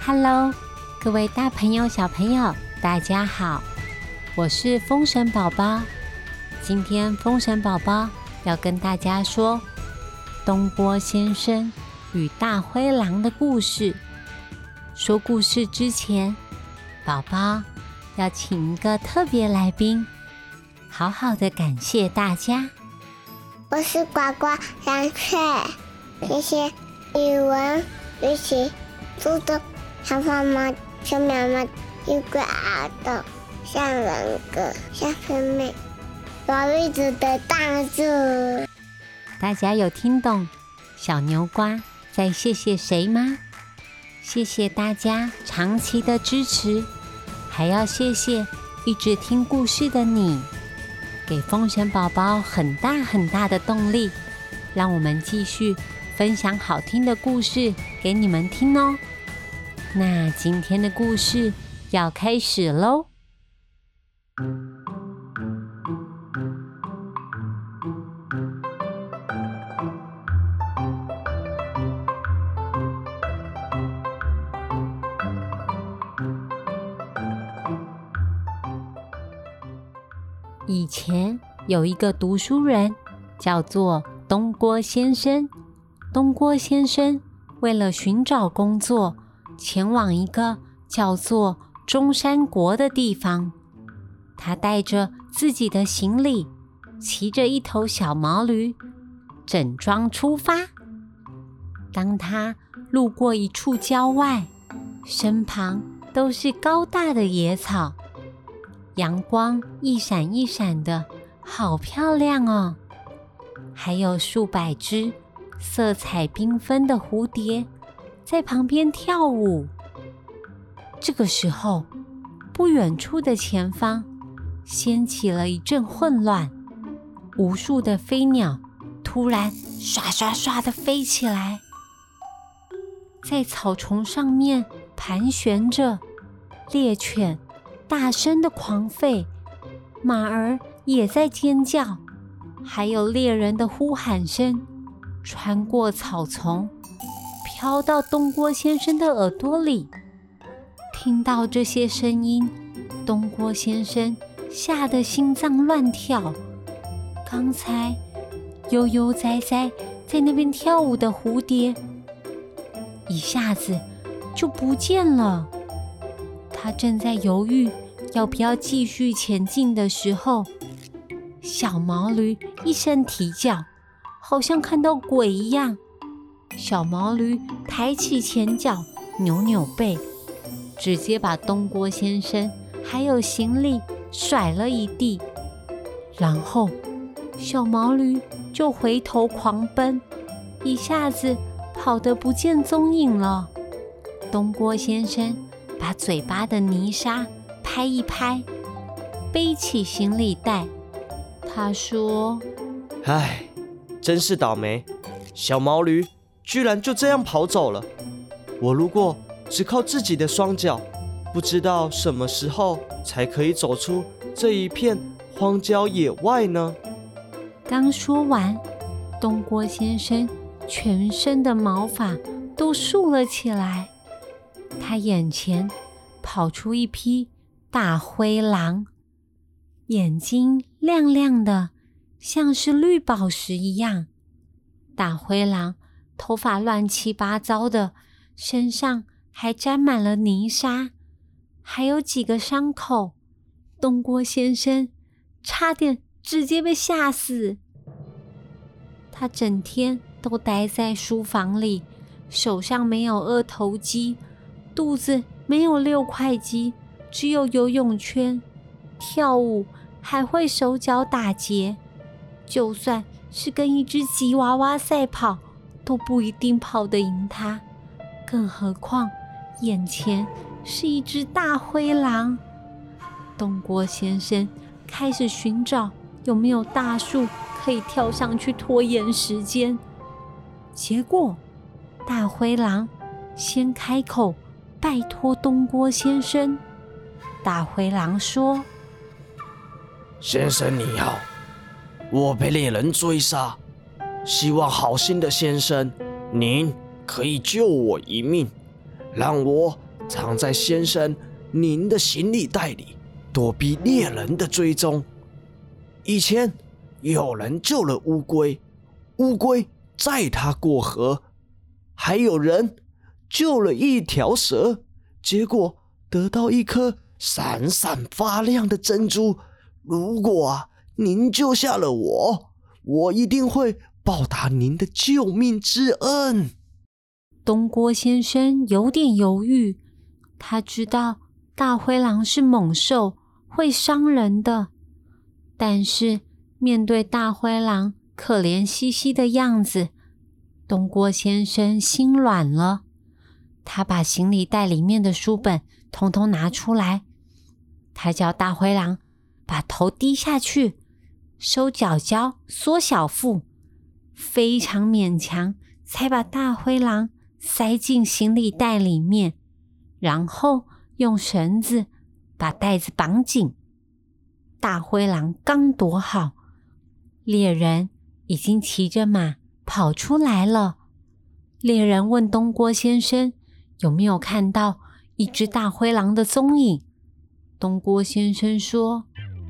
Hello， 各位大朋友、小朋友，大家好，我是风神宝宝。今天风神宝宝要跟大家说东郭先生与大灰狼的故事。说故事之前，宝宝要请一个特别来宾，好好的感谢大家。 我是呱呱3岁，谢谢语文、学习、读的小妈妈、小苗苗、一个耳朵、像人格、像妹妹，宝玉子的大树。 大家有听懂小牛瓜在谢谢谁吗？谢谢大家长期的支持，还要谢谢一直听故事的你，给风神宝宝很大很大的动力，让我们继续分享好听的故事给你们听哦。那今天的故事要开始咯。以前有一个读书人叫做东郭先生。东郭先生为了寻找工作，前往一个叫做中山国的地方。他带着自己的行李，骑着一头小毛驴，整装出发。当他路过一处郊外，身旁都是高大的野草，阳光一闪一闪的，好漂亮哦！还有数百只色彩缤纷的蝴蝶在旁边跳舞。这个时候，不远处的前方掀起了一阵混乱，无数的飞鸟突然刷刷刷地飞起来，在草丛上面盘旋着。猎犬大声的狂吠，马儿也在尖叫，还有猎人的呼喊声穿过草丛，飘到东郭先生的耳朵里。听到这些声音，东郭先生吓得心脏乱跳。刚才悠悠哉哉在那边跳舞的蝴蝶，一下子就不见了。他正在犹豫要不要继续前进的时候，小毛驴一声啼叫，好像看到鬼一样。小毛驴抬起前脚，扭扭背，直接把东郭先生还有行李甩了一地。然后小毛驴就回头狂奔，一下子跑得不见踪影了。东郭先生把嘴巴的泥沙拍一拍，背起行李袋。他说： 唉，真是倒霉，小毛驴居然就这样跑走了。我如果只靠自己的双脚，不知道什么时候才可以走出这一片荒郊野外呢。 刚说完，东郭先生全身的毛发都竖了起来，他眼前跑出一匹大灰狼，眼睛亮亮的，像是绿宝石一样。大灰狼头发乱七八糟的，身上还沾满了泥沙，还有几个伤口。东郭先生差点直接被吓死。他整天都待在书房里，手上没有2头肌，肚子没有6块肌，只有游泳圈。跳舞还会手脚打结，就算是跟一只吉娃娃赛跑，都不一定跑得赢它，更何况眼前是一只大灰狼。东郭先生开始寻找有没有大树可以跳上去拖延时间。结果大灰狼先开口拜托东郭先生。大灰狼说： 先生你好，我被猎人追杀，希望好心的先生您可以救我一命，让我藏在先生您的行李袋里，躲避猎人的追踪。以前有人救了乌龟，乌龟载他过河，还有人救了一条蛇，结果得到一颗闪闪发亮的珍珠。如果您救下了我，我一定会报答您的救命之恩。 东郭先生有点犹豫，他知道大灰狼是猛兽，会伤人的，但是面对大灰狼可怜兮兮的样子，东郭先生心软了。他把行李袋里面的书本统统拿出来，他叫大灰狼把头低下去，收脚脚，缩小腹，非常勉强才把大灰狼塞进行李袋里面，然后用绳子把袋子绑紧。大灰狼刚躲好，猎人已经骑着马跑出来了。猎人问东郭先生有没有看到一只大灰狼的踪影。东郭先生说：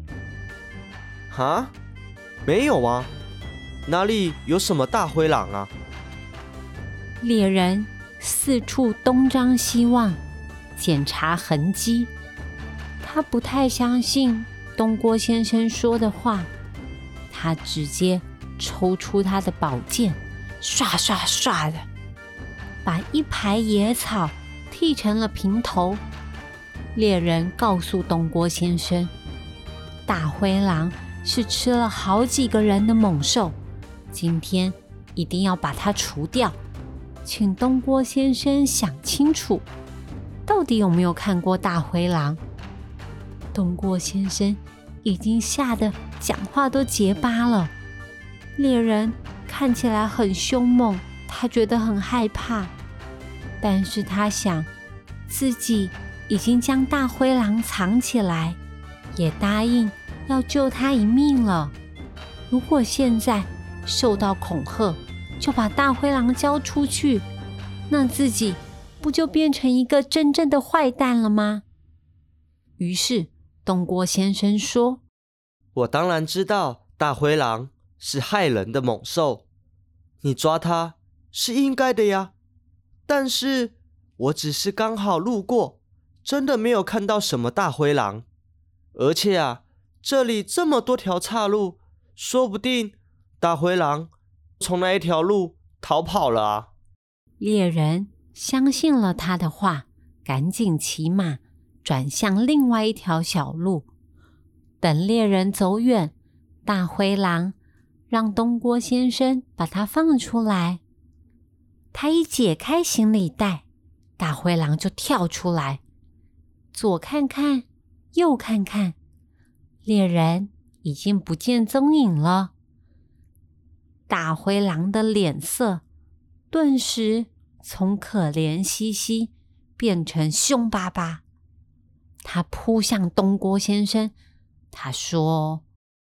哈，没有啊，哪里有什么大灰狼啊？ 猎人四处东张西望，检查痕迹。他不太相信东郭先生说的话，他直接抽出他的宝剑，唰唰唰的把一排野草剃成了平头。猎人告诉东郭先生，大灰狼是吃了好几个人的猛兽，今天一定要把它除掉。请东郭先生想清楚，到底有没有看过大灰狼？东郭先生已经吓得讲话都结巴了。猎人看起来很凶猛，他觉得很害怕，但是他想自己已经将大灰狼藏起来，也答应要救他一命了。如果现在受到恐吓，就把大灰狼交出去，那自己不就变成一个真正的坏蛋了吗？于是东郭先生说： 我当然知道大灰狼是害人的猛兽，你抓它是应该的呀。但是我只是刚好路过，真的没有看到什么大灰狼。而且啊，这里这么多条岔路，说不定大灰狼从那一条路逃跑了啊。 猎人相信了他的话，赶紧骑马转向另外一条小路。等猎人走远，大灰狼让东郭先生把它放出来。他一解开行李袋，大灰狼就跳出来，左看看，右看看，猎人已经不见踪影了。大灰狼的脸色顿时从可怜兮兮变成凶巴巴，他扑向东郭先生，他说：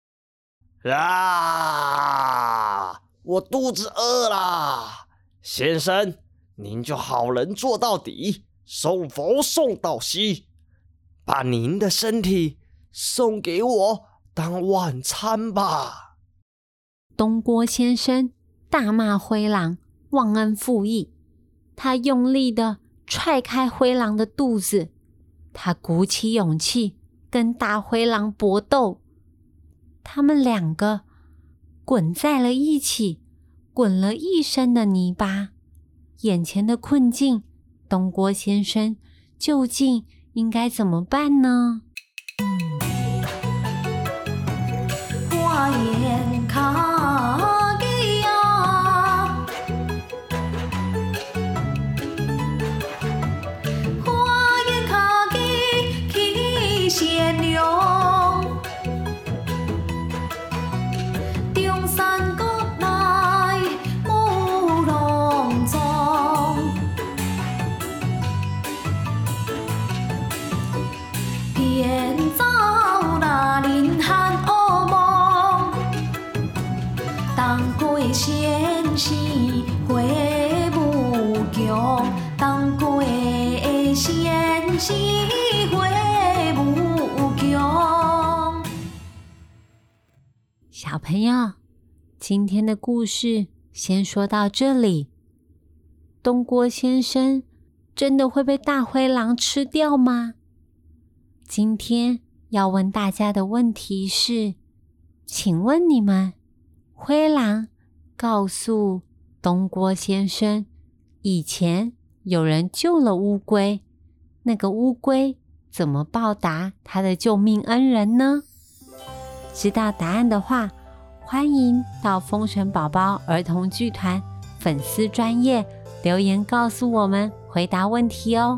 我肚子饿啦，先生，您就好人做到底，送佛送到西，把您的身体送给我当晚餐吧。 东郭先生大骂灰狼忘恩负义，他用力地踹开灰狼的肚子，他鼓起勇气跟大灰狼搏斗。他们两个滚在了一起，滚了一身的泥巴。眼前的困境，东郭先生究竟应该怎么办呢？ 花言卡基呀，花言卡基去贤良，中山国内舞龙庄，变走那林汉。 是花无强。 小朋友，今天的故事先说到这里。东郭先生真的会被大灰狼吃掉吗？今天要问大家的问题是，请问你们，灰狼告诉东郭先生，以前有人救了乌龟，那个乌龟怎么报答他的救命恩人呢？知道答案的话，欢迎到风神宝宝儿童剧团粉丝专页留言告诉我们回答问题哦。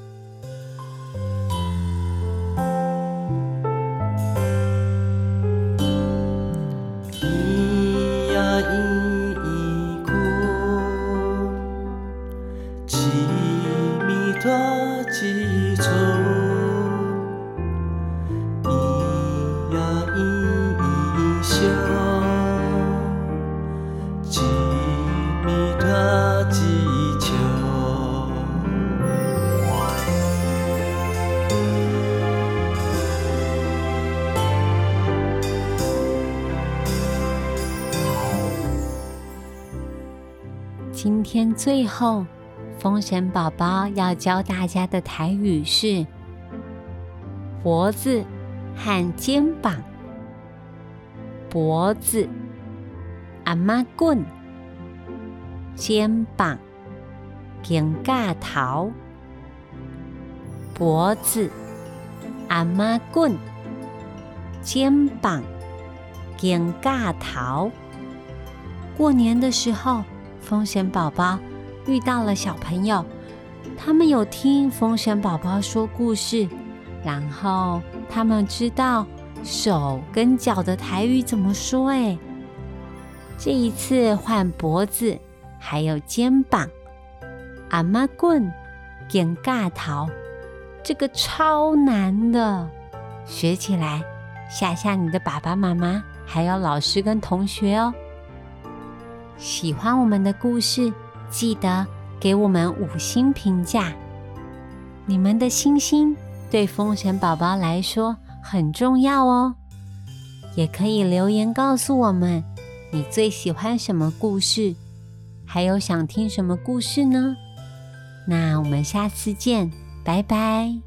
咿呀咿咿哭，一米大一寸。咿呀咿咿笑，一米大一笑。 今天最后，风神宝宝要教大家的台语是脖子和肩膀。脖子阿媽棍，肩膀肩架頭。脖子阿媽棍，肩膀肩架頭。过年的时候，风神宝宝遇到了小朋友，他们有听风神宝宝说故事，然后他们知道手跟脚的台语怎么说。这一次换脖子还有肩膀，阿媽棍肩架頭，这个超难的，学起来吓吓你的爸爸妈妈还有老师跟同学哦。喜欢我们的故事，记得给我们5星评价。你们的星星对风神宝宝来说很重要哦。也可以留言告诉我们，你最喜欢什么故事，还有想听什么故事呢？那我们下次见，拜拜。